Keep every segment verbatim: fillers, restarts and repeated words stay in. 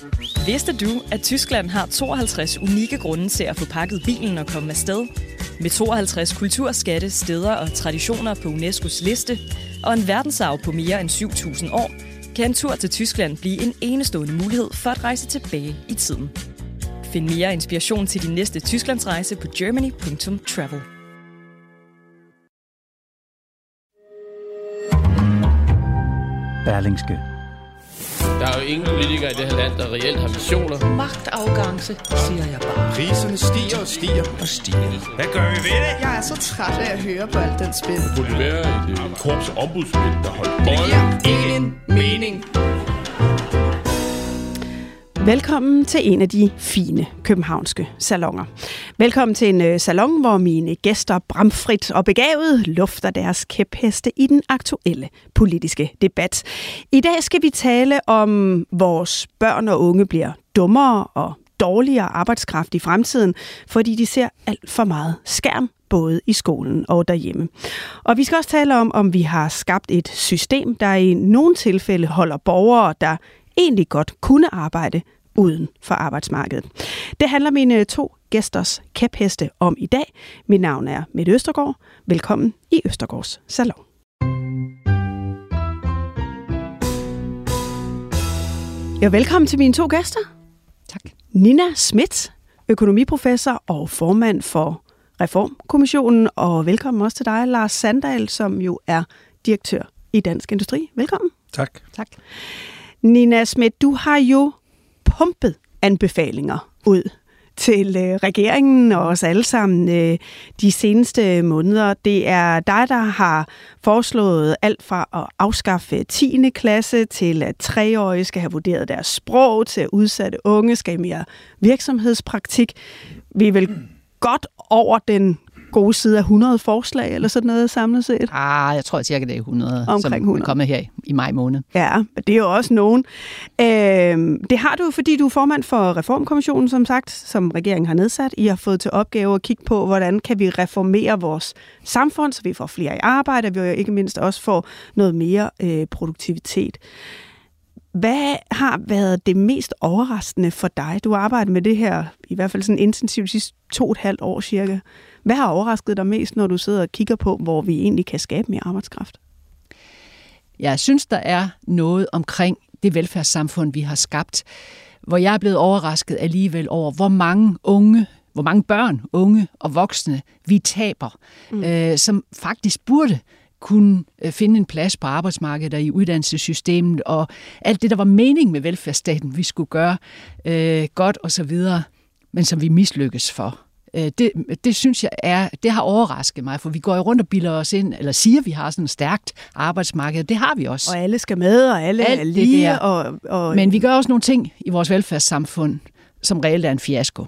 Vidste du, at Tyskland har tooghalvtreds unikke grunde til at få pakket bilen og komme afsted? Med tooghalvtreds kulturskatte, steder og traditioner på UNESCOs liste, og en verdensarv på mere end syv tusind år, kan en tur til Tyskland blive en enestående mulighed for at rejse tilbage i tiden. Find mere inspiration til din næste Tysklandsrejse på germany punktum travel. Berlingske. Der er jo ingen politikere i det her land, der reelt har visioner. Magtafgangse, siger jeg bare. Priserne stiger og stiger og stiger. Hvad gør vi ved det? Jeg er så træt af at høre på alt den spil. Burde det være et, et korps ombudsmænd, der holdt bolden? Det giver ingen mening. Velkommen til en af de fine københavnske salonger. Velkommen til en salon, hvor mine gæster bramfrit og begavet lufter deres kæpheste i den aktuelle politiske debat. I dag skal vi tale om, vores børn og unge bliver dummere og dårligere arbejdskraft i fremtiden, fordi de ser alt for meget skærm, både i skolen og derhjemme. Og vi skal også tale om, om vi har skabt et system, der i nogle tilfælde holder borgere, der egentlig godt kunne arbejde uden for arbejdsmarkedet. Det handler mine to gæsters kæpheste om i dag. Mit navn er Mette Østergaard. Velkommen i Østergaards Salon. Ja, velkommen til mine to gæster. Tak. Nina Schmidt, økonomiprofessor og formand for Reformkommissionen, og velkommen også til dig, Lars Sandahl, som jo er direktør i Dansk Industri. Velkommen. Tak. Tak. Nina Schmidt, du har jo pumpet anbefalinger ud til øh, regeringen og os alle sammen øh, de seneste måneder. Det er dig, der har foreslået alt fra at afskaffe tiende klasse til at treårige skal have vurderet deres sprog, til at udsatte unge skal have mere virksomhedspraktik. Vi er vel godt over den gode side af hundrede forslag, eller sådan noget samlet set? Ah, jeg tror at cirka det er hundrede, omkring som hundrede. er kommet her i maj måned. Ja, det er jo også nogen. Øh, det har du, fordi du er formand for Reformkommissionen, som sagt, som regeringen har nedsat. I har fået til opgave at kigge på, hvordan kan vi reformere vores samfund, så vi får flere i arbejde, og vi ikke mindst også får noget mere øh, produktivitet. Hvad har været det mest overraskende for dig? Du har arbejdet med det her, i hvert fald sådan intensivt, de sidste to og et halvt år cirka. Hvad har overrasket dig mest, når du sidder og kigger på, hvor vi egentlig kan skabe mere arbejdskraft? Jeg synes, der er noget omkring det velfærdssamfund, vi har skabt, hvor jeg er blevet overrasket alligevel over, hvor mange unge, hvor mange børn, unge og voksne vi taber, mm. øh, som faktisk burde kunne finde en plads på arbejdsmarkedet og i uddannelsessystemet, og alt det, der var mening med velfærdsstaten, vi skulle gøre øh, godt og så videre, men som vi mislykkes for. Øh, det, det synes jeg er, det har overrasket mig, for vi går jo rundt og bilder os ind, eller siger, at vi har sådan et stærkt arbejdsmarked. Det har vi også. Og alle skal med, og alle alt er lige. Og, og... Men vi gør også nogle ting i vores velfærdssamfund, som reelt er en fiasko.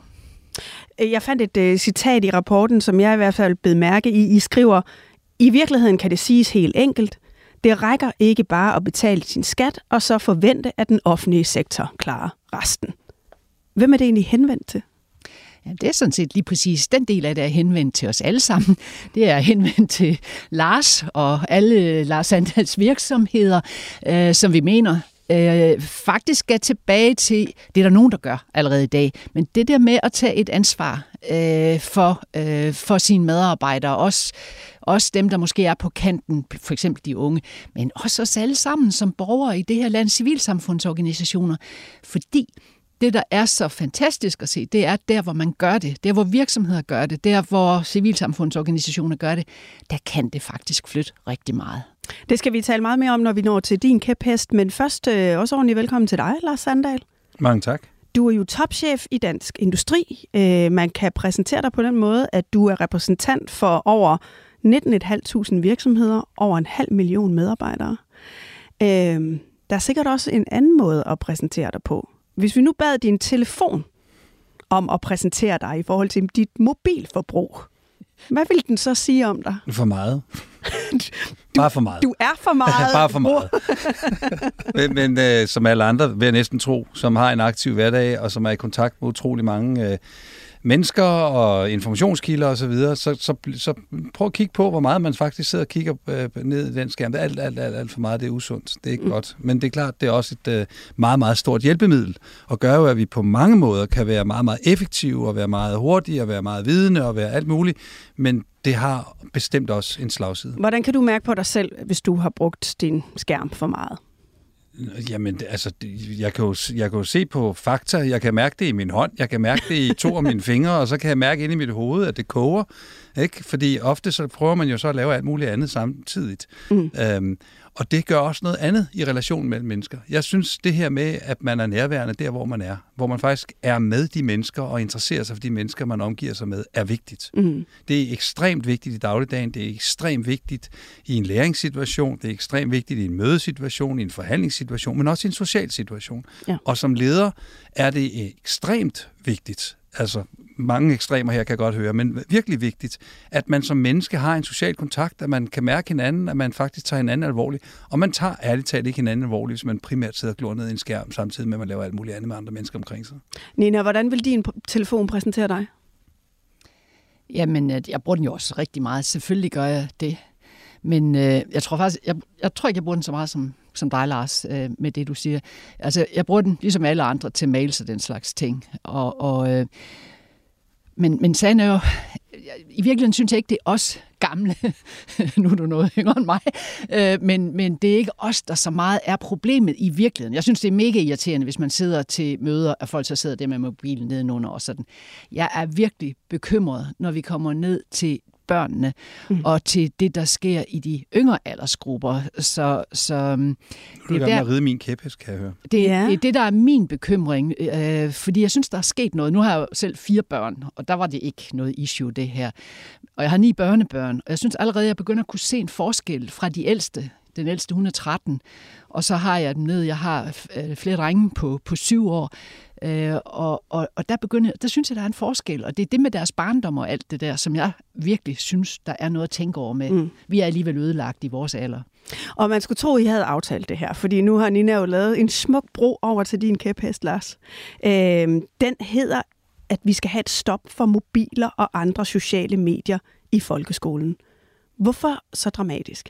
Jeg fandt et uh, citat i rapporten, som jeg i hvert fald bed mærke i. I skriver: i virkeligheden kan det siges helt enkelt. Det rækker ikke bare at betale sin skat, og så forvente, at den offentlige sektor klarer resten. Hvem er det egentlig henvendt til? Ja, det er sådan set lige præcis den del af det er henvendt til os alle sammen. Det er henvendt til Lars og alle Lars Sandahls virksomheder, øh, som vi mener øh, faktisk skal tilbage til, det er der nogen, der gør allerede i dag, men det der med at tage et ansvar øh, for, øh, for sine medarbejdere, også, også dem, der måske er på kanten, for eksempel de unge, men også os alle sammen som borgere i det her land, civilsamfundsorganisationer, fordi det, der er så fantastisk at se, det er der, hvor man gør det. Der, hvor virksomheder gør det. Der, hvor civilsamfundsorganisationer gør det. Der kan det faktisk flytte rigtig meget. Det skal vi tale meget mere om, når vi når til din kæphest. Men først øh, også ordentligt velkommen til dig, Lars Sandahl. Mange tak. Du er jo topchef i Dansk Industri. Øh, man kan præsentere dig på den måde, at du er repræsentant for over nitten tusind fem hundrede virksomheder, over en halv million medarbejdere. Øh, der er sikkert også en anden måde at præsentere dig på. Hvis vi nu bad din telefon om at præsentere dig i forhold til dit mobilforbrug, hvad vil den så sige om dig? For meget. Du, Bare for meget. Du er for meget. Bare for meget. men men øh, som alle andre, vil jeg næsten tro, som har en aktiv hverdag, og som er i kontakt med utrolig mange øh, mennesker og informationskilder osv., så, videre, så, så, så prøv at kigge på, hvor meget man faktisk sidder og kigger øh, ned i den skærm. Det er alt, alt, alt, alt for meget, det er usundt. Det er ikke mm. godt. Men det er klart, det er også et øh, meget, meget stort hjælpemiddel, og gør jo, at vi på mange måder kan være meget, meget effektive, og være meget hurtige, og være meget vidende, og være alt muligt. Men det har bestemt også en slagside. Hvordan kan du mærke på dig selv, hvis du har brugt din skærm for meget? Jamen, altså, jeg kan, jo, jeg kan jo se på fakta, jeg kan mærke det i min hånd, jeg kan mærke det i to af mine fingre, og så kan jeg mærke ind i mit hoved, at det koger, ikke? Fordi ofte så prøver man jo så at lave alt muligt andet samtidigt. Mm. Øhm, og det gør også noget andet i relationen mellem mennesker. Jeg synes, det her med, at man er nærværende der, hvor man er, hvor man faktisk er med de mennesker og interesserer sig for de mennesker, man omgiver sig med, er vigtigt. Mm. Det er ekstremt vigtigt i dagligdagen, det er ekstremt vigtigt i en læringssituation, det er ekstremt vigtigt i en mødesituation, i en forhandlingssituation, men også i en social situation. Ja. Og som leder er det ekstremt vigtigt, altså mange ekstremer her kan jeg godt høre, men virkelig vigtigt, at man som menneske har en social kontakt, at man kan mærke hinanden, at man faktisk tager hinanden alvorligt, og man tager ærligt talt ikke hinanden alvorligt, hvis man primært sidder og glor ned i en skærm, samtidig med, at man laver alt muligt andet med andre mennesker omkring sig. Nina, hvordan vil din telefon præsentere dig? Jamen, jeg bruger den jo også rigtig meget. Selvfølgelig gør jeg det. Men øh, jeg tror faktisk, jeg, jeg tror ikke, jeg bruger den så meget som, som dig, Lars, øh, med det, du siger. Altså, jeg bruger den, ligesom alle andre, til mails og den slags ting. Og, og øh, Men, men sagen er jo, i virkeligheden synes jeg ikke, det er os gamle, nu er du noget yngre end mig, øh, men, men det er ikke os, der så meget er problemet i virkeligheden. Jeg synes, det er mega irriterende, hvis man sidder til møder, og folk så sidder der med mobilen nedenunder og sådan. Jeg er virkelig bekymret, når vi kommer ned til børnene, mm. og til det, der sker i de yngre aldersgrupper. Så, så nu er det der, at ride min kæphest, kan jeg høre. Det, ja. det er det, der er min bekymring, øh, fordi jeg synes, der er sket noget. Nu har jeg jo selv fire børn, og der var det ikke noget issue, det her. Og jeg har ni børnebørn, og jeg synes allerede, jeg begynder at kunne se en forskel fra de ældste. Den ældste, hun er tretten, og så har jeg dem ned. Jeg har øh, flere drenge på, på syv år, øh, og, og, og der, begynder, der synes jeg, der er en forskel. Og det er det med deres barndom og alt det der, som jeg virkelig synes, der er noget at tænke over med. Mm. Vi er alligevel ødelagt i vores alder. Og man skulle tro, I havde aftalt det her, fordi nu har Nina jo lavet en smuk bro over til din kæphest, Lars. Øh, den hedder, at vi skal have et stop for mobiler og andre sociale medier i folkeskolen. Hvorfor så dramatisk?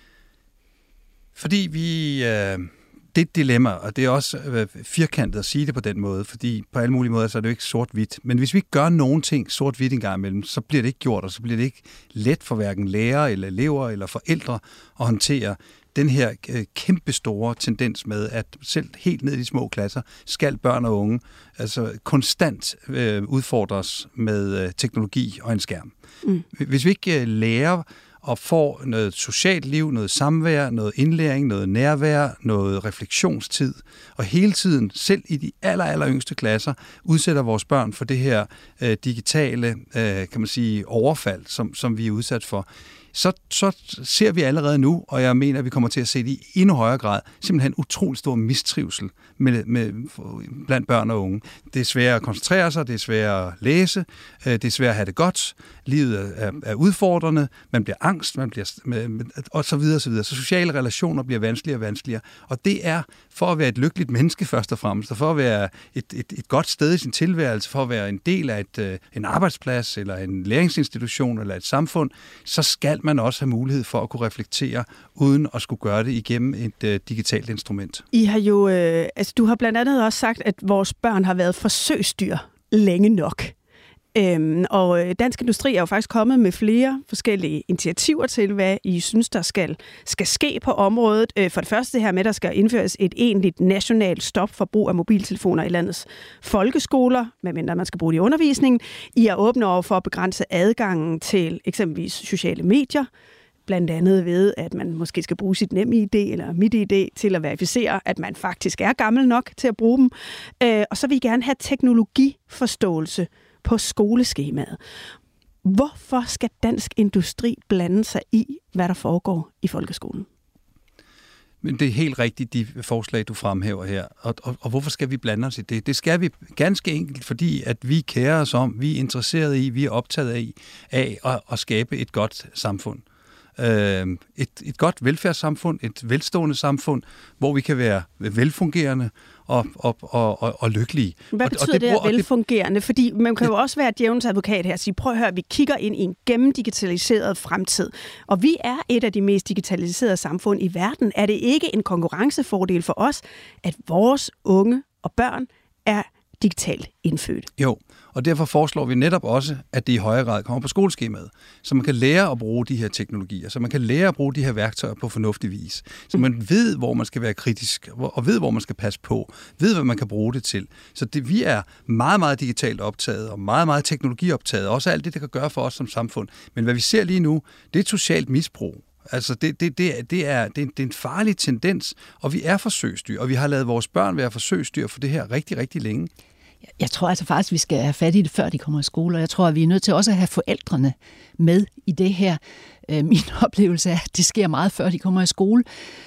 Fordi vi, øh, det er et dilemma, og det er også øh, firkantet at sige det på den måde, fordi på alle mulige måder så er det jo ikke sort-hvidt. Men hvis vi ikke gør nogen ting sort-hvidt en gang imellem, så bliver det ikke gjort, og så bliver det ikke let for hverken lærere eller elever eller forældre at håndtere den her øh, kæmpestore tendens med, at selv helt ned i de små klasser skal børn og unge altså konstant øh, udfordres med øh, teknologi og en skærm. Mm. Hvis vi ikke øh, lærer og får noget socialt liv, noget samvær, noget indlæring, noget nærvær, noget refleksionstid, og hele tiden, selv i de aller, aller yngste klasser, udsætter vores børn for det her øh, digitale, øh, kan man sige, overfald, som, som vi er udsat for. Så, så ser vi allerede nu, og jeg mener, at vi kommer til at se det i endnu højere grad, simpelthen utrolig stor mistrivsel med, med, blandt børn og unge. Det er svært at koncentrere sig, det er svært at læse, det er svært at have det godt, livet er, er udfordrende, man bliver angst, man bliver, og så videre, så videre. Så sociale relationer bliver vanskeligere og vanskeligere, og det er for at være et lykkeligt menneske først og fremmest, og for at være et, et, et godt sted i sin tilværelse, for at være en del af et, en arbejdsplads, eller en læringsinstitution, eller et samfund, så skal man også have mulighed for at kunne reflektere, uden at skulle gøre det igennem et uh, digitalt instrument. I har jo, øh, altså du har blandt andet også sagt, at vores børn har været forsøgsdyr længe nok. Øhm, og Dansk Industri er jo faktisk kommet med flere forskellige initiativer til, hvad I synes, der skal, skal ske på området. Øh, for det første det her med, at der skal indføres et egentligt nationalt stop for brug af mobiltelefoner i landets folkeskoler, medmindre man skal bruge det i undervisningen. I er åbne over for at begrænse adgangen til eksempelvis sociale medier, blandt andet ved, at man måske skal bruge sit NemID eller MitID til at verificere, at man faktisk er gammel nok til at bruge dem. Øh, og så vil I gerne have teknologiforståelse på skoleskemaet. Hvorfor skal Dansk Industri blande sig i, hvad der foregår i folkeskolen? Men det er helt rigtigt, de forslag, du fremhæver her. Og, og, og hvorfor skal vi blande os i det? Det skal vi ganske enkelt, fordi at vi kærer os om, vi er interesserede i, vi er optaget af, af at, at skabe et godt samfund. øh, et, et godt velfærdssamfund, et velstående samfund, hvor vi kan være velfungerende og, og, og, og, og lykkelige. Hvad og, betyder og det, det her og velfungerende? Fordi man kan jo også være djævelens advokat her og sige, prøv at høre, vi kigger ind i en gennemdigitaliseret fremtid, og vi er et af de mest digitaliserede samfund i verden. Er det ikke en konkurrencefordel for os, at vores unge og børn er digitalt indfødt? Jo, og derfor foreslår vi netop også, at det i højere grad kommer på skoleskemaet, så man kan lære at bruge de her teknologier, så man kan lære at bruge de her værktøjer på fornuftig vis, så man ved, hvor man skal være kritisk, og ved, hvor man skal passe på, ved, hvad man kan bruge det til. Så det, vi er meget, meget digitalt optaget, og meget, meget teknologioptaget, også alt det, det kan gøre for os som samfund. Men hvad vi ser lige nu, det er et socialt misbrug. Altså, det, det, det, er, det, er, det er en farlig tendens, og vi er forsøgsdyr, og vi har ladet vores børn være forsøgsdyr for det her rigtig, rigtig længe. Jeg tror altså faktisk, vi skal have fat i det, før de kommer i skole, og jeg tror, at vi er nødt til også at have forældrene med i det her. Min oplevelse er, at det sker meget, før de kommer i skole.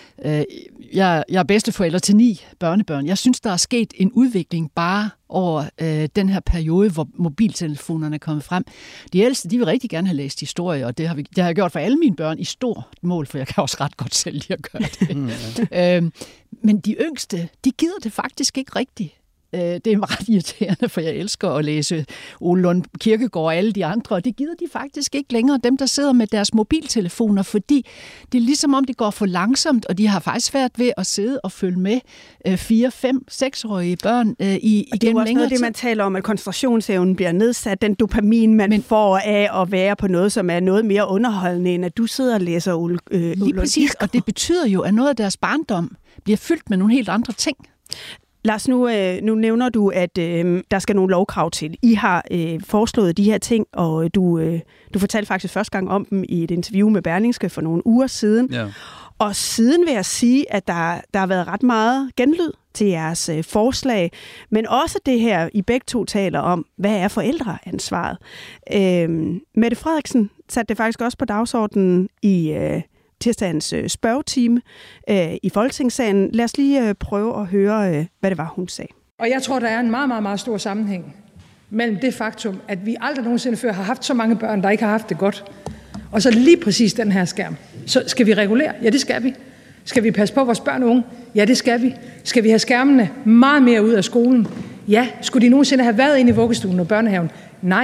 Jeg, jeg er bedsteforælder til ni børnebørn. Jeg synes, der er sket en udvikling bare over øh, den her periode, hvor mobiltelefonerne er kommet frem. De ældste, de vil rigtig gerne have læst historie, og det har, vi, det har jeg gjort for alle mine børn i stort mål, for jeg kan også ret godt selv lide at gøre det. Mm, ja. øhm, men de yngste, de gider det faktisk ikke rigtigt. Det er ret irriterende, for jeg elsker at læse Ole Lund Kirkegaard og alle de andre, og det gider de faktisk ikke længere, dem der sidder med deres mobiltelefoner, fordi det er ligesom om det går for langsomt, og de har faktisk svært ved at sidde og følge med fire, fem, seksårige børn i igennem længere tid. Det er jo også noget, det man taler om, at koncentrationsevnen bliver nedsat, den dopamin, man Men, får af at være på noget, som er noget mere underholdende, end at du sidder og læser Ole øh, Lige Ole præcis, og det betyder jo, at noget af deres barndom bliver fyldt med nogle helt andre ting. Lars, nu, øh, nu nævner du, at øh, der skal nogle lovkrav til. I har øh, foreslået de her ting, og du, øh, du fortalte faktisk første gang om dem i et interview med Berlingske for nogle uger siden. Ja. Og siden vil jeg sige, at der, der har været ret meget genlyd til jeres øh, forslag, men også det her, I begge to taler om, hvad er forældreansvaret? Øh, Mette Frederiksen satte det faktisk også på dagsordenen i øh, tirsdagens øh, spørgetime øh, i Folketingssalen. Lad os lige øh, prøve at høre, øh, hvad det var, hun sagde. Og jeg tror, der er en meget, meget, meget stor sammenhæng mellem det faktum, at vi aldrig nogensinde før har haft så mange børn, der ikke har haft det godt, og så lige præcis den her skærm. Så skal vi regulere? Ja, det skal vi. Skal vi passe på vores børn og unge? Ja, det skal vi. Skal vi have skærmene meget mere ud af skolen? Ja. Skulle de nogensinde have været inde i vuggestuen og børnehaven? Nej.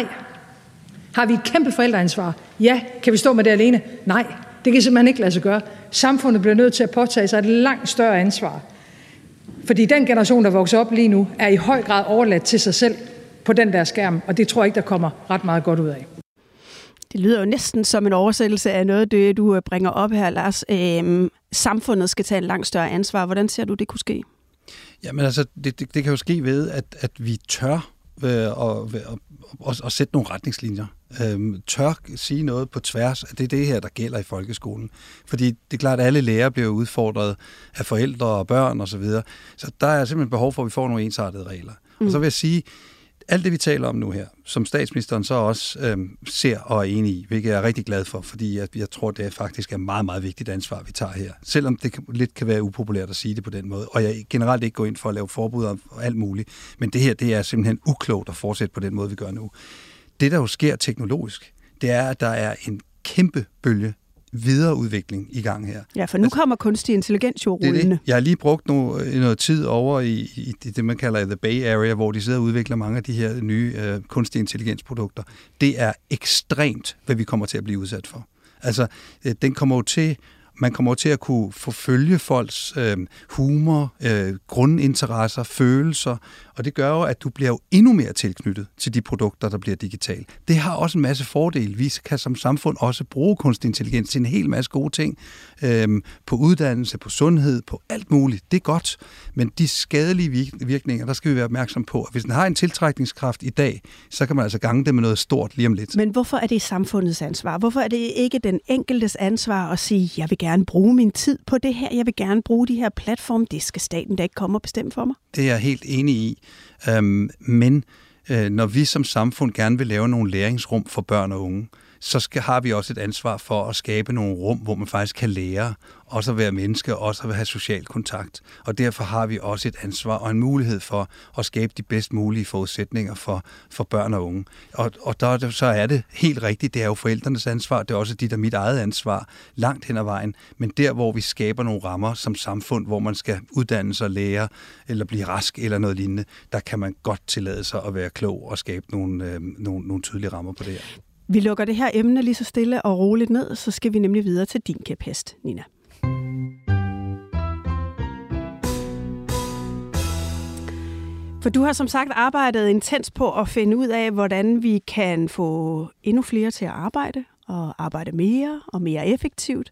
Har vi et kæmpe forældreansvar? Ja. Kan vi stå med det alene? Nej. Det kan simpelthen ikke lade sig gøre. Samfundet bliver nødt til at påtage sig et langt større ansvar. Fordi den generation, der vokser op lige nu, er i høj grad overladt til sig selv på den der skærm, og det tror jeg ikke, der kommer ret meget godt ud af. Det lyder jo næsten som en oversættelse af noget, det du bringer op her, Lars. Øhm, samfundet skal tage en langt større ansvar. Hvordan ser du, det kunne ske? Jamen altså, det, det, det kan jo ske ved, at, at vi tør øh, og, og, og, og sætte nogle retningslinjer. Øhm, tør sige noget på tværs, at det er det her, der gælder i folkeskolen. Fordi det er klart, at alle lærere bliver udfordret af forældre og børn osv. Så, videre. Så der er simpelthen behov for, at vi får nogle ensartede regler. Mm. Og så vil jeg sige, alt det, vi taler om nu her, som statsministeren så også øhm, ser og er enig i, hvilket jeg er rigtig glad for, fordi jeg, jeg tror, det er faktisk er meget, meget vigtigt ansvar, vi tager her. Selvom det lidt kan være upopulært at sige det på den måde, og jeg generelt ikke går ind for at lave forbud og alt muligt, men det her, det er simpelthen uklogt at fortsætte på den måde, vi gør nu. Det, der jo sker teknologisk, det er, at der er en kæmpe bølge videreudvikling i gang her. Ja, for nu altså, kommer kunstig intelligens jo rullende. Jeg har lige brugt noget, noget tid over i, i det, man kalder The Bay Area, hvor de sidder og udvikler mange af de her nye øh, kunstig intelligensprodukter. Det er ekstremt, hvad vi kommer til at blive udsat for. Altså, øh, den kommer jo til Man kommer til at kunne forfølge folks øh, humor, øh, grundinteresser, følelser, og det gør jo, at du bliver jo endnu mere tilknyttet til de produkter, der bliver digitale. Det har også en masse fordele. Vi kan som samfund også bruge kunstig intelligens til en hel masse gode ting. Øh, på uddannelse, på sundhed, på alt muligt. Det er godt, men de skadelige virkninger, der skal vi være opmærksom på. Hvis den har en tiltrækningskraft i dag, så kan man altså gange det med noget stort lige om lidt. Men hvorfor er det samfundets ansvar? Hvorfor er det ikke den enkeltes ansvar at sige, jeg vil gerne bruge min tid på det her, jeg vil gerne bruge de her platforme, det skal staten da ikke komme og bestemme for mig? Det er jeg helt enig i. Øhm, men øh, når vi som samfund gerne vil lave nogle læringsrum for børn og unge, så skal, har vi også et ansvar for at skabe nogle rum, hvor man faktisk kan lære, også at være menneske, også at have social kontakt. Og derfor har vi også et ansvar og en mulighed for at skabe de bedst mulige forudsætninger for, for børn og unge. Og, og der, så er det helt rigtigt, det er jo forældrenes ansvar, det er også dit og mit eget ansvar, langt hen ad vejen. Men der, hvor vi skaber nogle rammer som samfund, hvor man skal uddanne sig, lære, eller blive rask, eller noget lignende, der kan man godt tillade sig at være klog og skabe nogle, øh, nogle, nogle tydelige rammer på det her. Vi lukker det her emne lige så stille og roligt ned, så skal vi nemlig videre til din kæphest, Nina. For du har som sagt arbejdet intens på at finde ud af, hvordan vi kan få endnu flere til at arbejde, og arbejde mere og mere effektivt.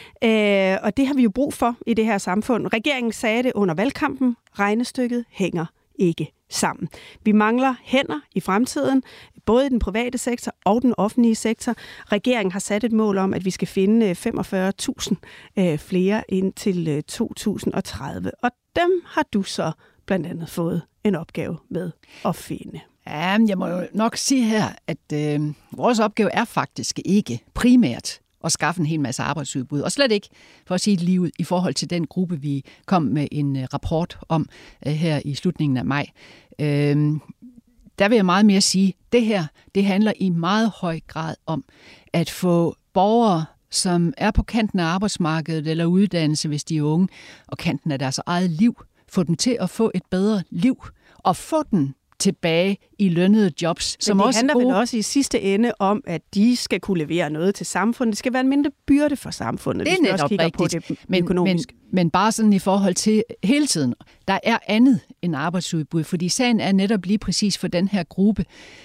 Øh, og det har vi jo brug for i det her samfund. Regeringen sagde det under valgkampen. Regnestykket hænger ikke sammen. Vi mangler hænder i fremtiden, både i den private sektor og den offentlige sektor. Regeringen har sat et mål om, at vi skal finde femogfyrre tusind øh, flere indtil øh, to tusind og tredive. Og dem har du så blandt andet fået en opgave med at finde. Ja, jeg må jo nok sige her, at øh, vores opgave er faktisk ikke primært at skaffe en hel masse arbejdsudbud. Og slet ikke, for at sige det lige ud, i forhold til den gruppe, vi kom med en uh, rapport om uh, her i slutningen af maj. Øh, der vil jeg meget mere sige, at det her, det handler i meget høj grad om at få borgere, som er på kanten af arbejdsmarkedet eller uddannelse, hvis de er unge, og kanten af deres eget liv, få dem til at få et bedre liv, og få dem tilbage i lønnede jobs. Men som det også handler gode... vel også i sidste ende om, at de skal kunne levere noget til samfundet. Det skal være en mindre byrde for samfundet, det er hvis vi også kigger rigtigt. på det men, økonomisk. Men, men bare sådan i forhold til hele tiden, der er andet end arbejdsudbud, fordi sagen er netop lige præcis for den her gruppe,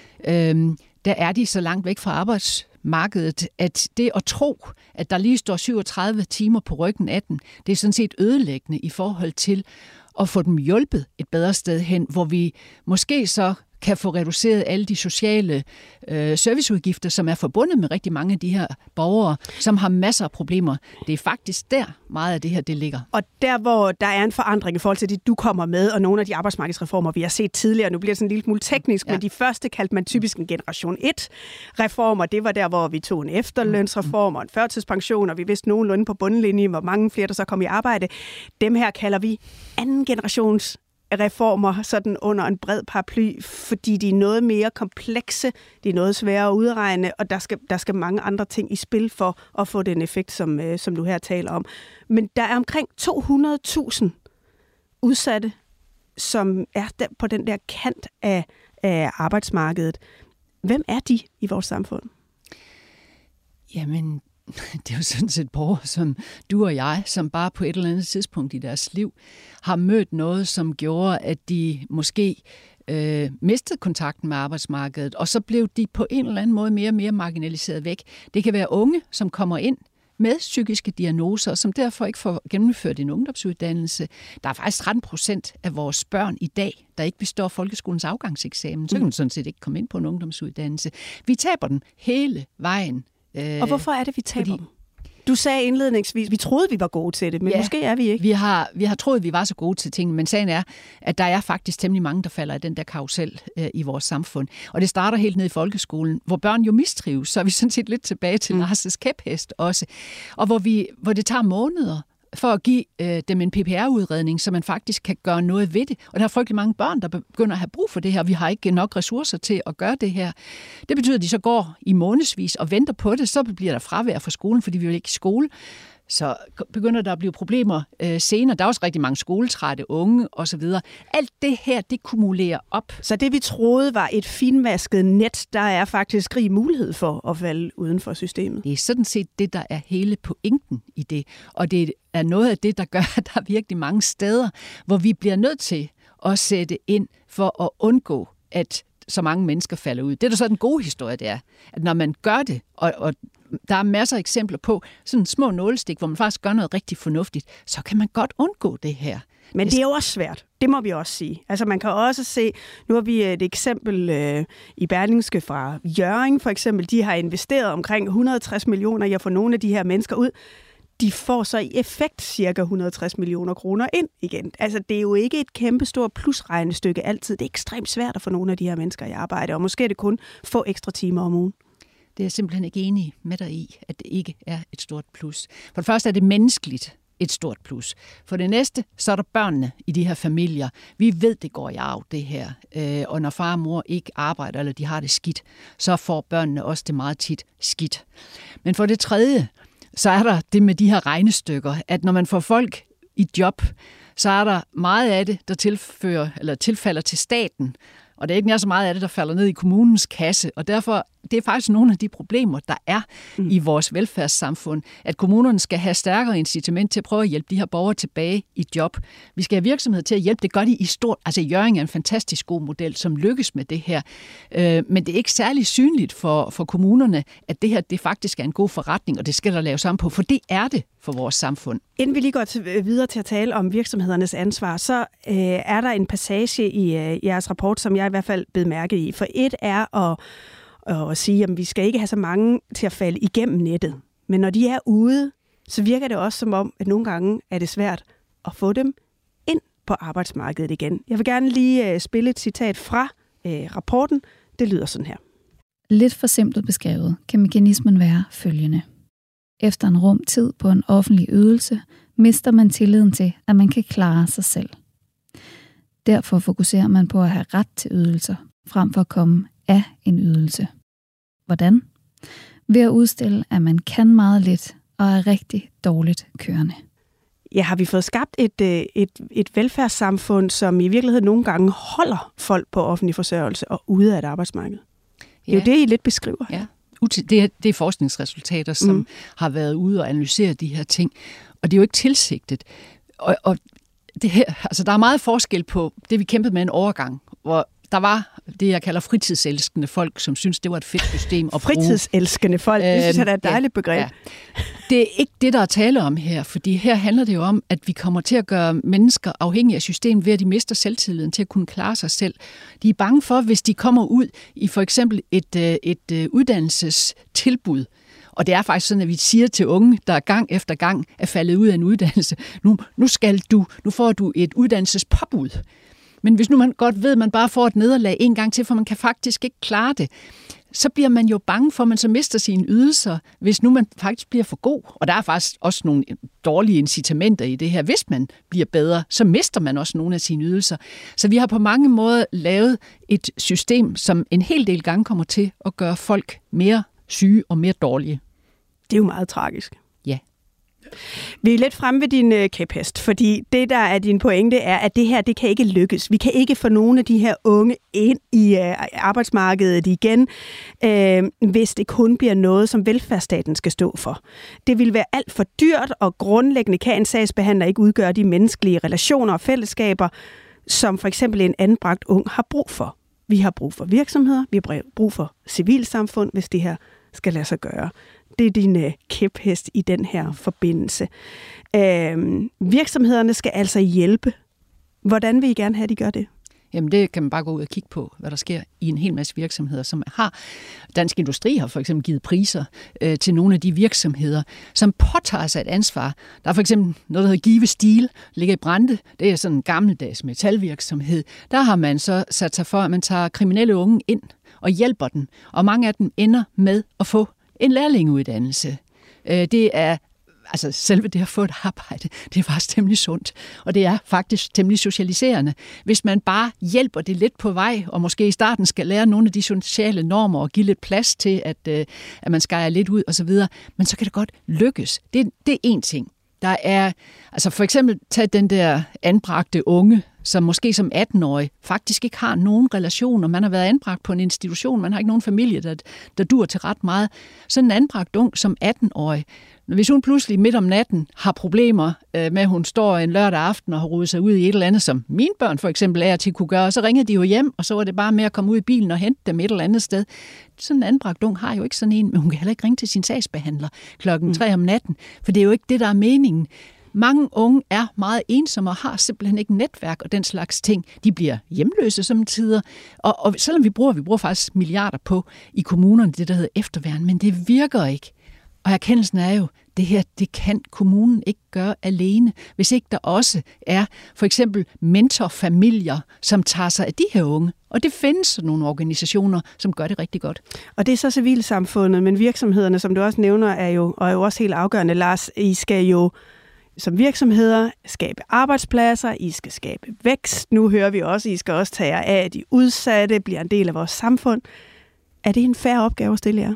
øhm, der er de så langt væk fra arbejdsmarkedet, at det at tro, at der lige står syvogtredive timer på ryggen af den, det er sådan set ødelæggende i forhold til og få dem hjulpet et bedre sted hen, hvor vi måske så kan få reduceret alle de sociale øh, serviceudgifter, som er forbundet med rigtig mange af de her borgere, som har masser af problemer. Det er faktisk der meget af det her, det ligger. Og der, hvor der er en forandring i forhold til det, du kommer med, og nogle af de arbejdsmarkedsreformer, vi har set tidligere, nu bliver det sådan en lille smule teknisk, ja. Men de første kaldte man typisk en generation et-reformer. Det var der, hvor vi tog en efterlønsreform og en førtidspension, og vi vidste nogenlunde på bundlinjen, hvor mange flere, der så kom i arbejde. Dem her kalder vi anden generations reformer sådan under en bred paraply, fordi de er noget mere komplekse, de er noget sværere at udregne, og der skal, der skal mange andre ting i spil for at få den effekt, som, øh, som du her taler om. Men der er omkring to hundrede tusind udsatte, som er der på den der kant af, af arbejdsmarkedet. Hvem er de i vores samfund? Jamen, det er jo sådan set borgere som du og jeg, som bare på et eller andet tidspunkt i deres liv har mødt noget, som gjorde, at de måske øh, mistede kontakten med arbejdsmarkedet, og så blev de på en eller anden måde mere og mere marginaliseret væk. Det kan være unge, som kommer ind med psykiske diagnoser, som derfor ikke får gennemført en ungdomsuddannelse. Der er faktisk tretten procent af vores børn i dag, der ikke består folkeskolens afgangseksamen. Så kan man sådan set ikke komme ind på en ungdomsuddannelse. Vi taber den hele vejen. Og hvorfor er det, vi taber Fordi, dem? Du sagde indledningsvis, vi troede, vi var gode til det, men ja, måske er vi ikke. Vi har, vi har troet, vi var så gode til ting, men sagen er, at der er faktisk temmelig mange, der falder i den der karusel øh, i vores samfund. Og det starter helt ned i folkeskolen, hvor børn jo mistrives, så er vi sådan set lidt tilbage til mm. Lars' kæphest også. Og hvor, vi, hvor det tager måneder for at give øh, dem en P P R-udredning, så man faktisk kan gøre noget ved det. Og der er frygtelig mange børn, der begynder at have brug for det her. Vi har ikke nok ressourcer til at gøre det her. Det betyder, at de så går i månedsvis og venter på det. Så bliver der fravær fra skolen, fordi vi vil ikke i skole. Så begynder der at blive problemer øh, senere. Der er også rigtig mange skoletrætte unge osv. Alt det her, det kumulerer op. Så det, vi troede var et finmasket net, der er faktisk rig mulighed for at falde uden for systemet. Det er sådan set det, der er hele pointen i det. Og det er noget af det, der gør, at der er virkelig mange steder, hvor vi bliver nødt til at sætte ind for at undgå, at så mange mennesker falder ud. Det er da så den gode historie, det er, at når man gør det, og, og der er masser af eksempler på sådan små nålestik, hvor man faktisk gør noget rigtig fornuftigt, så kan man godt undgå det her. Men det er jo også svært. Det må vi også sige. Altså man kan også se, nu har vi et eksempel øh, i Berlingske fra Hjørring for eksempel, de har investeret omkring et hundrede og tres millioner i at få nogle af de her mennesker ud. De får så i effekt cirka et hundrede og tres millioner kroner ind igen. Altså, det er jo ikke et kæmpestort plusregnestykke altid. Det er ekstremt svært at få nogle af de her mennesker i arbejde, og måske er det kun få ekstra timer om ugen. Det er jeg simpelthen ikke enig med dig i, at det ikke er et stort plus. For det første er det menneskeligt et stort plus. For det næste, så er der børnene i de her familier. Vi ved, det går i arv, det her. Øh, og når far og mor ikke arbejder, eller de har det skidt, så får børnene også det meget tit skidt. Men for det tredje, så er der det med de her regnestykker, at når man får folk i job, så er der meget af det, der tilfører, eller tilfalder til staten, og det er ikke nær så meget af det, der falder ned i kommunens kasse, og derfor det er faktisk nogle af de problemer, der er mm. i vores velfærdssamfund, at kommunerne skal have stærkere incitament til at prøve at hjælpe de her borgere tilbage i job. Vi skal have virksomheder til at hjælpe. Det gør de i stort. Altså Hjørring er en fantastisk god model, som lykkes med det her. Øh, men det er ikke særlig synligt for, for kommunerne, at det her det faktisk er en god forretning, og det skal der laves sammen på, for det er det for vores samfund. Inden vi lige går til, videre til at tale om virksomhedernes ansvar, så øh, er der en passage i øh, jeres rapport, som jeg i hvert fald bed mærke i. For et er at og sige, at vi skal ikke have så mange til at falde igennem nettet. Men når de er ude, så virker det også som om, at nogle gange er det svært at få dem ind på arbejdsmarkedet igen. Jeg vil gerne lige spille et citat fra øh, rapporten. Det lyder sådan her. Lidt forsimplet beskrevet kan mekanismen være følgende. Efter en rum tid på en offentlig ydelse, mister man tilliden til, at man kan klare sig selv. Derfor fokuserer man på at have ret til ydelser, frem for at komme af en ydelse. Hvordan? Ved at udstille, at man kan meget lidt og er rigtig dårligt kørende. Ja, har vi fået skabt et, et, et velfærdssamfund, som i virkeligheden nogle gange holder folk på offentlig forsørgelse og ude af et arbejdsmarked? Det er ja. jo det, I lidt beskriver. Ja. Det er, det er forskningsresultater, som mm. har været ude og analysere de her ting. Og det er jo ikke tilsigtet. Og, og det her, altså, der er meget forskel på det, vi kæmpede med en overgang, hvor der var det, jeg kalder fritidselskende folk, som synes, det var et fedt system at bruge. Fritidselskende folk, det synes jeg, det er et dejligt ja, begreb. Ja. Det er ikke det, der er tale om her, fordi her handler det jo om, at vi kommer til at gøre mennesker afhængige af systemet ved, at de mister selvtilliden til at kunne klare sig selv. De er bange for, hvis de kommer ud i for eksempel et, et uddannelsestilbud, og det er faktisk sådan, at vi siger til unge, der gang efter gang er faldet ud af en uddannelse, nu, nu skal du, nu får du et uddannelsespåbud. Men hvis nu man godt ved, at man bare får et nederlag en gang til, for man kan faktisk ikke klare det, så bliver man jo bange for, at man så mister sine ydelser, hvis nu man faktisk bliver for god. Og der er faktisk også nogle dårlige incitamenter i det her. Hvis man bliver bedre, så mister man også nogle af sine ydelser. Så vi har på mange måder lavet et system, som en hel del gange kommer til at gøre folk mere syge og mere dårlige. Det er jo meget tragisk. Ja. Vi er lidt fremme ved din øh, kæphest, fordi det, der er din pointe, er, at det her, det kan ikke lykkes. Vi kan ikke få nogle af de her unge ind i øh, arbejdsmarkedet igen, øh, hvis det kun bliver noget, som velfærdsstaten skal stå for. Det vil være alt for dyrt, og grundlæggende kan en sagsbehandler ikke udgøre de menneskelige relationer og fællesskaber, som for eksempel en anbragt ung har brug for. Vi har brug for virksomheder, vi har brug for civilsamfund, hvis det her skal lade sig gøre. Det er din øh, kæphest i den her forbindelse. Øh, virksomhederne skal altså hjælpe. Hvordan vil I gerne have, at de gør det? Jamen det kan man bare gå ud og kigge på, hvad der sker i en hel masse virksomheder, som har. Dansk Industri har for eksempel givet priser øh, til nogle af de virksomheder, som påtager sig et ansvar. Der er for eksempel noget, der hedder Give Stil, ligger i Brande. Det er sådan en gammeldags metalvirksomhed. Der har man så sat sig for, at man tager kriminelle unge ind og hjælper dem. Og mange af dem ender med at få en lærlingeuddannelse. Det er, altså selve det at få et arbejde, det er faktisk temmelig sundt, og det er faktisk temmelig socialiserende. Hvis man bare hjælper det lidt på vej, og måske i starten skal lære nogle af de sociale normer og give lidt plads til, at, at man skærer lidt ud osv., men så kan det godt lykkes. Det, det er én ting. Der er, altså for eksempel tag den der anbragte unge, som måske som atten-årig faktisk ikke har nogen relationer. Man har været anbragt på en institution, man har ikke nogen familie, der, der dur til ret meget. Så en anbragt ung som atten-årig, hvis hun pludselig midt om natten har problemer øh, med, at hun står en lørdag aften og har rodet sig ud i et eller andet, som mine børn for eksempel er til kunne gøre, så ringede de jo hjem, og så var det bare med at komme ud i bilen og hente dem et eller andet sted. Sådan en anbragt ung har jo ikke sådan en, men hun kan heller ikke ringe til sin sagsbehandler klokken tre om natten, for det er jo ikke det, der er meningen. Mange unge er meget ensomme og har simpelthen ikke netværk og den slags ting. De bliver hjemløse samtidig. Og, og selvom vi bruger, vi bruger faktisk milliarder på i kommunerne, det der hedder efterværn, men det virker ikke. Og erkendelsen er jo, det her, det kan kommunen ikke gøre alene, hvis ikke der også er for eksempel mentorfamilier, som tager sig af de her unge. Og det findes nogle organisationer, som gør det rigtig godt. Og det er så civilsamfundet, men virksomhederne, som du også nævner, er jo, og er jo også helt afgørende, Lars. I skal jo som virksomheder skabe arbejdspladser, I skal skabe vækst. Nu hører vi også, I skal også tage jer af, at de udsatte bliver en del af vores samfund. Er det en fair opgave at stille jer?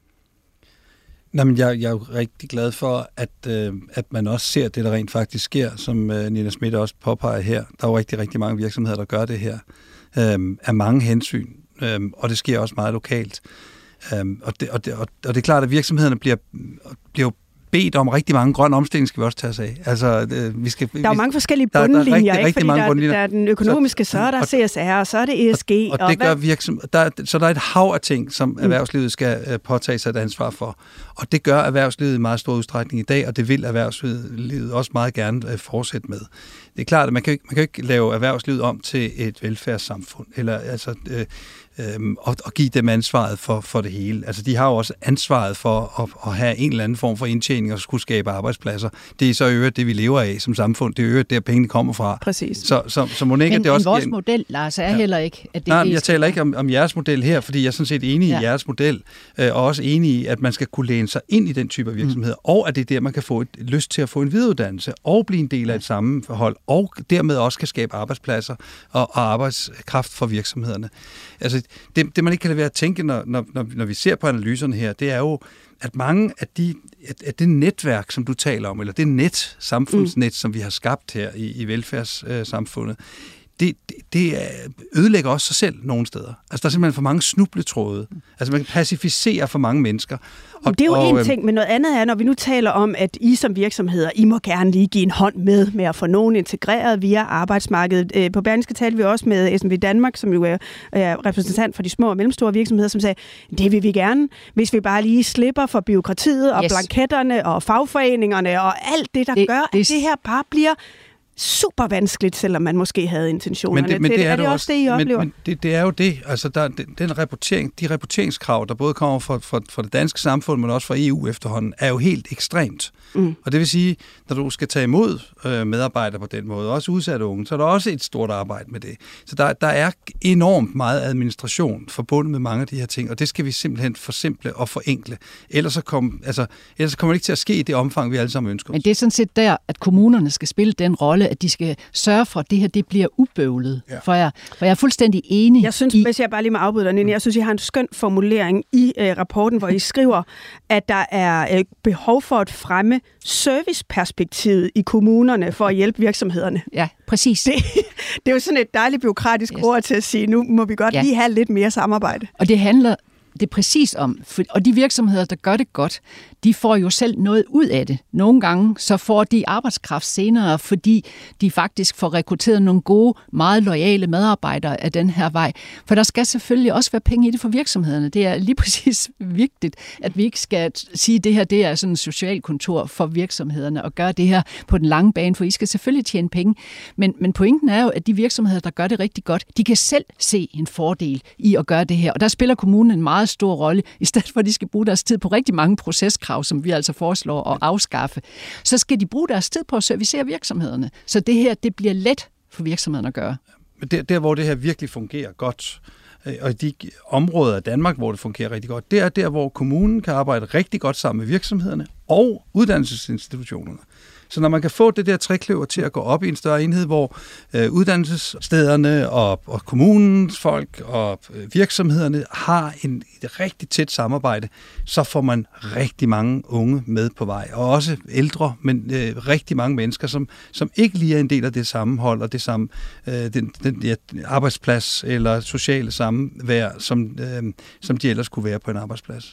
Nå, men jeg, jeg er jo rigtig glad for, at, øh, at man også ser det, der rent faktisk sker, som øh, Nina Schmidt også påpeger her. Der er jo rigtig, rigtig mange virksomheder, der gør det her, øh, af mange hensyn, øh, og det sker også meget lokalt. Øh, og, det, og, det, og, og det er klart, at virksomhederne bliver, bliver bedt om rigtig mange grønne omstillinger, skal vi også tage os af. Altså, øh, vi skal, der er jo mange forskellige der, bundlinjer, der er rigtig, ikke? rigtig Fordi mange der, bundlinjer. der er den økonomiske, så, så er der C S R, og så er det E S G. Og, og, og det hvad? gør virksom, der, så der er et hav af ting, som erhvervslivet skal øh, påtage sig et ansvar for. Og det gør erhvervslivet i meget stor udstrækning i dag, og det vil erhvervslivet også meget gerne øh, fortsætte med. Det er klart, at man kan, man kan ikke lave erhvervslivet om til et velfærdssamfund, eller altså... Øh, Øhm, og, og give dem ansvaret for, for det hele. Altså, de har jo også ansvaret for at, at have en eller anden form for indtjening og skulle skabe arbejdspladser. Det er så øvrigt det, vi lever af som samfund. Det er øvrigt der, pengene kommer fra. Præcis. Så, så, så må ikke, men, det også... Men vores model, Lars, er ja. heller ikke, at det Nej, er jeg taler ikke om, om jeres model her, fordi jeg er sådan set enig ja. i jeres model, øh, og også enig i, at man skal kunne læne sig ind i den type af virksomheder, mm. og at det er der, man kan få et lyst til at få en videreuddannelse, og blive en del af et sammenhold, og dermed også kan skabe arbejdspladser og, og arbejdskraft for virksomhederne. Altså, det, det man ikke kan lade være at tænke, når, når, når vi ser på analyserne her, det er jo, at mange af de, at, at det netværk, som du taler om, eller det net, samfundsnet, mm. som vi har skabt her i, i velfærdssamfundet, det, det, det ødelægger også sig selv nogle steder. Altså, der er simpelthen for mange snubletråde. Altså, man kan pacificere for mange mennesker. Og, det er jo og, en øh, ting, men noget andet er, når vi nu taler om, at I som virksomheder, I må gerne lige give en hånd med, med at få nogen integreret via arbejdsmarkedet. På Berlingske talte vi også med S M V Danmark, som jo er, er repræsentant for de små og mellemstore virksomheder, som sagde, det vil vi gerne, hvis vi bare lige slipper for byråkratiet og yes. blanketterne og fagforeningerne og alt det, der det, gør, det, at det her bare bliver super vanskeligt, selvom man måske havde intentionerne men det, men til det. Er, er det også, også det, I oplever? Men, men det, det er jo det. Altså, der, den, den rapportering, de rapporteringskrav, der både kommer fra, fra, fra det danske samfund, men også fra E U efterhånden, er jo helt ekstremt. Mm. Og det vil sige, når du skal tage imod øh, medarbejdere på den måde, også udsatte unge, så er der også et stort arbejde med det. Så der, der er enormt meget administration forbundet med mange af de her ting, og det skal vi simpelthen forsimple og forenkle. Ellers så, kom, altså, ellers så kommer det ikke til at ske i det omfang, vi alle sammen ønsker. Men det er sådan set der, at kommunerne skal spille den rolle, at de skal sørge for, at det her det bliver ubøvlet. Ja. For, jeg, for jeg er fuldstændig enig Jeg synes, i... hvis jeg bare lige må afbryde dig, Nina, jeg synes, I har en skøn formulering i øh, rapporten, hvor I skriver, at der er øh, behov for at fremme serviceperspektivet i kommunerne for at hjælpe virksomhederne. Ja, præcis. Det, det er jo sådan et dejligt bureaukratisk yes. ord til at sige, nu må vi godt ja. lige have lidt mere samarbejde. Og det handler det er præcis om, og de virksomheder, der gør det godt, de får jo selv noget ud af det. Nogle gange så får de arbejdskraft senere, fordi de faktisk får rekrutteret nogle gode, meget loyale medarbejdere af den her vej. For der skal selvfølgelig også være penge i det for virksomhederne. Det er lige præcis vigtigt, at vi ikke skal sige, at det her det er sådan et socialkontor for virksomhederne og gøre det her på den lange bane, for I skal selvfølgelig tjene penge. Men, men pointen er jo, at de virksomheder, der gør det rigtig godt, de kan selv se en fordel i at gøre det her. Og der spiller kommunen en meget stor rolle, i stedet for at de skal bruge deres tid på rigtig mange proceskrav, som vi altså foreslår at afskaffe. Så skal de bruge deres tid på at servicere virksomhederne. Så det her, det bliver let for virksomhederne at gøre. Men der, der hvor det her virkelig fungerer godt, og i de områder af Danmark, hvor det fungerer rigtig godt, det er der, hvor kommunen kan arbejde rigtig godt sammen med virksomhederne og uddannelsesinstitutionerne. Så når man kan få det der trekløver til at gå op i en større enhed, hvor øh, uddannelsesstederne og, og kommunens folk og øh, virksomhederne har en, et rigtig tæt samarbejde, så får man rigtig mange unge med på vej. Og også ældre, men øh, rigtig mange mennesker, som, som ikke lige er en del af det sammenhold og det samme øh, den, den, ja, arbejdsplads eller sociale samvær, som, øh, som de ellers kunne være på en arbejdsplads.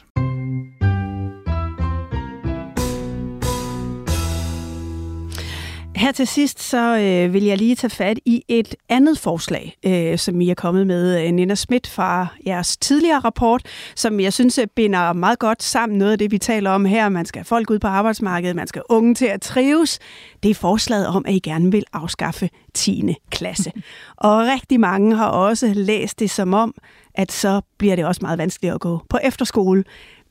Her til sidst, så øh, vil jeg lige tage fat i et andet forslag, øh, som I er kommet med, øh, Nina Schmidt, fra jeres tidligere rapport, som jeg synes binder meget godt sammen noget af det, vi taler om her. Man skal have folk ud på arbejdsmarkedet, man skal unge til at trives. Det er forslaget om, at I gerne vil afskaffe tiende klasse. Og rigtig mange har også læst det som om, at så bliver det også meget vanskeligt at gå på efterskole.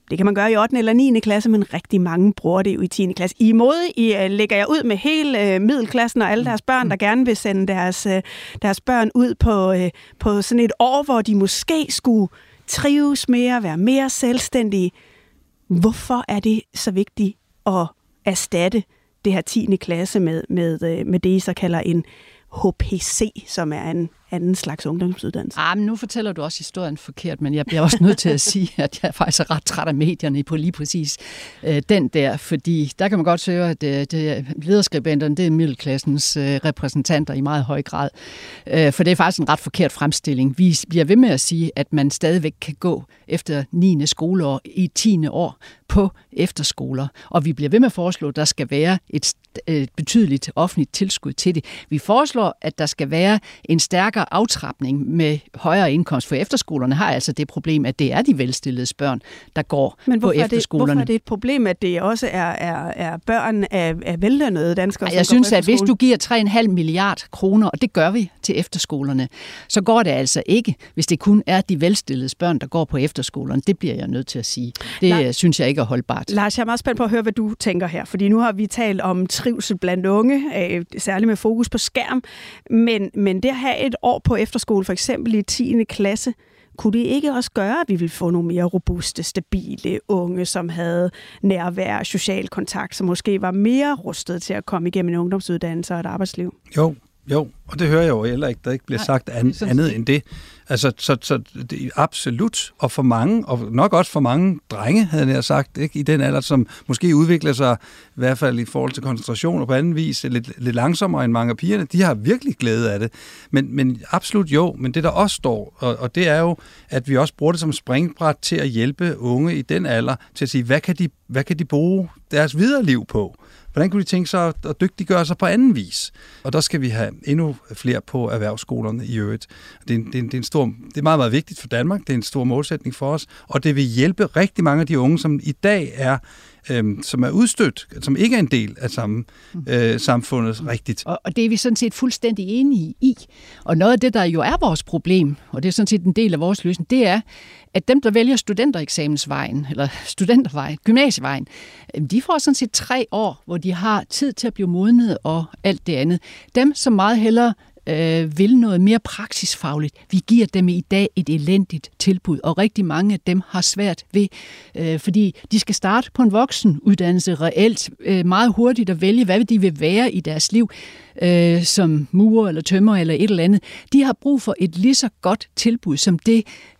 Det kan man gøre i ottende eller niende klasse, men rigtig mange bruger det jo i tiende klasse. I måde I, uh, lægger jeg ud med hele uh, middelklassen og alle deres børn, der gerne vil sende deres, uh, deres børn ud på, uh, på sådan et år, hvor de måske skulle trives mere, være mere selvstændige. Hvorfor er det så vigtigt at erstatte det her tiende klasse med, med, med det, I så kalder en H P C, som er en anden slags ungdomsuddannelse? Ah, men nu fortæller du også historien forkert, men jeg bliver også nødt til at sige, at jeg faktisk er ret træt af medierne på lige præcis øh, den der, fordi der kan man godt høre, at det, det, lederskribenterne, det er middelklassens øh, repræsentanter i meget høj grad. Øh, for det er faktisk en ret forkert fremstilling. Vi bliver ved med at sige, at man stadigvæk kan gå efter niende skoleår i tiende år på efterskoler, og vi bliver ved med at foreslå, at der skal være et, et betydeligt offentligt tilskud til det. Vi foreslår, at der skal være en stærkere aftrapning med højere indkomst, for efterskolerne har altså det problem, at det er de velstillede børn, der går Men på efterskolerne. Men hvorfor er det et problem, at det også er, er, er børn af, af vellønnede danskere? Jeg synes, at hvis du giver tre komma fem milliard kroner, og det gør vi til efterskolerne, så går det altså ikke, hvis det kun er de velstillede børn, der går på efterskolerne. Det bliver jeg nødt til at sige. Det La- synes jeg ikke er holdbart. Lars, jeg er meget spændt på at høre, hvad du tænker her, fordi nu har vi talt om trivsel blandt unge, øh, særligt med fokus på skærm, men, men det at have et år på efterskole, for eksempel i tiende klasse, kunne det ikke også gøre, at vi ville få nogle mere robuste, stabile unge, som havde nærvær, social kontakt, som måske var mere rustet til at komme igennem en ungdomsuddannelse og et arbejdsliv? Jo, jo, og det hører jeg jo heller ikke, der ikke bliver sagt an, andet end det. Altså, så, så det er absolut, og for mange, og nok også for mange drenge, havde jeg sagt, ikke, i den alder, som måske udvikler sig, i hvert fald i forhold til koncentration og på anden vis, lidt, lidt langsommere end mange af pigerne, de har virkelig glæde af det. Men, men absolut jo, men det der også står, og, og det er jo, at vi også bruger det som springbræt til at hjælpe unge i den alder, til at sige, hvad kan de, hvad kan de bruge deres videre liv på? Hvordan kunne de tænke sig at dygtiggøre sig på anden vis? Og der skal vi have endnu flere på erhvervsskolerne i øvrigt. Det er, en, det, er en, det, er en stor, det er meget, meget vigtigt for Danmark. Det er en stor målsætning for os. Og det vil hjælpe rigtig mange af de unge, som i dag er, øhm, som er udstødt, som ikke er en del af samme, øh, samfundet rigtigt. Og, og det er vi sådan set fuldstændig enige i. Og noget af det, der jo er vores problem, og det er sådan set en del af vores løsning, det er, at dem, der vælger studentereksamensvejen, eller studentervejen, gymnasievejen, de får sådan set tre år, hvor de har tid til at blive modnet og alt det andet. Dem, som meget hellere øh, vil noget mere praksisfagligt, vi giver dem i dag et elendigt tilbud, og rigtig mange af dem har svært ved, øh, fordi de skal starte på en voksenuddannelse reelt, øh, meget hurtigt at vælge, hvad de vil være i deres liv, øh, som murer eller tømrer eller et eller andet. De har brug for et lige så godt tilbud, som det,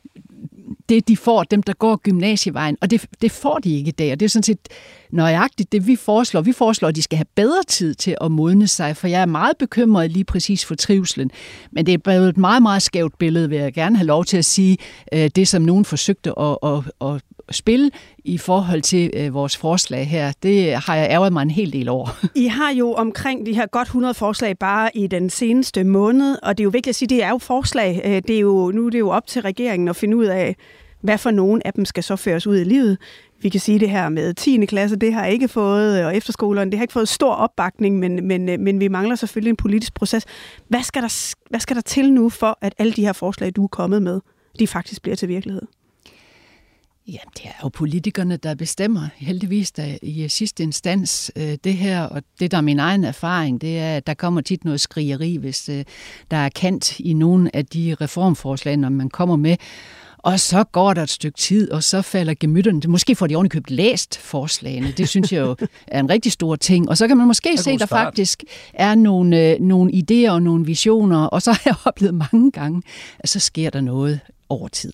det de får, dem der går gymnasievejen, og det, det får de ikke i dag, og det er sådan set nøjagtigt det, vi foreslår. Vi foreslår, at de skal have bedre tid til at modne sig, for jeg er meget bekymret lige præcis for trivselen, men det er bare et meget, meget skævt billede, vil jeg gerne have lov til at sige, det som nogen forsøgte at, at, at spille i forhold til vores forslag her. Det har jeg ærget mig en hel del over. I har jo omkring de her godt hundrede forslag bare i den seneste måned, og det er jo vigtigt at sige, det er jo forslag. Det er jo, nu er det jo op til regeringen at finde ud af, hvad for nogle af dem skal så føres ud i livet. Vi kan sige det her med tiende klasse, det har ikke fået, og efterskolerne, det har ikke fået stor opbakning, men, men, men vi mangler selvfølgelig en politisk proces. Hvad skal, der, hvad skal der til nu for, at alle de her forslag, du er kommet med, de faktisk bliver til virkelighed? Jamen, det er jo politikerne, der bestemmer, heldigvis der i sidste instans øh, det her, og det der er min egen erfaring, det er, at der kommer tit noget skrigeri, hvis øh, der er kant i nogle af de reformforslag, når man kommer med, og så går der et stykke tid, og så falder gemytterne. Måske får de ovenikøbet læst forslagene. Det synes jeg jo er en rigtig stor ting. Og så kan man måske se, at der faktisk er nogle, øh, nogle idéer og nogle visioner, og så har jeg oplevet mange gange, at så sker der noget over tid.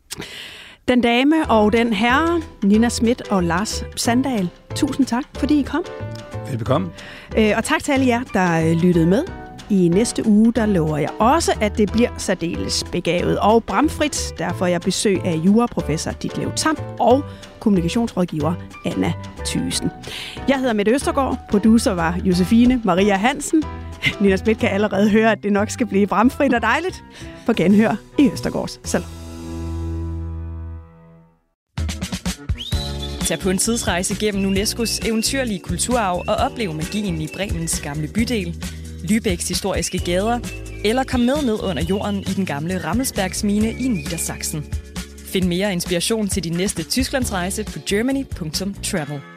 Den dame og den herre, Nina Schmidt og Lars Sandahl, tusind tak, fordi I kom. Velbekomme. Og tak til alle jer, der lyttede med. I næste uge, der lover jeg også, at det bliver særdeles begavet og bramfrit. Derfor får jeg besøg af juraprofessor Ditlev Tamm og kommunikationsrådgiver Anna Thyssen. Jeg hedder Mette Østergaard, producer var Josefine Maria Hansen. Nina Schmidt kan allerede høre, at det nok skal blive bramfrit og dejligt. På genhør i Østergaards Salon. Tag på en tidsrejse gennem UNESCO's eventyrlige kulturarv og oplev magien i Bremens gamle bydel, Lübecks historiske gader, eller kom med ned under jorden i den gamle Rammelsbergsmine i Niedersachsen. Find mere inspiration til din næste Tysklandsrejse på germany punktum travel.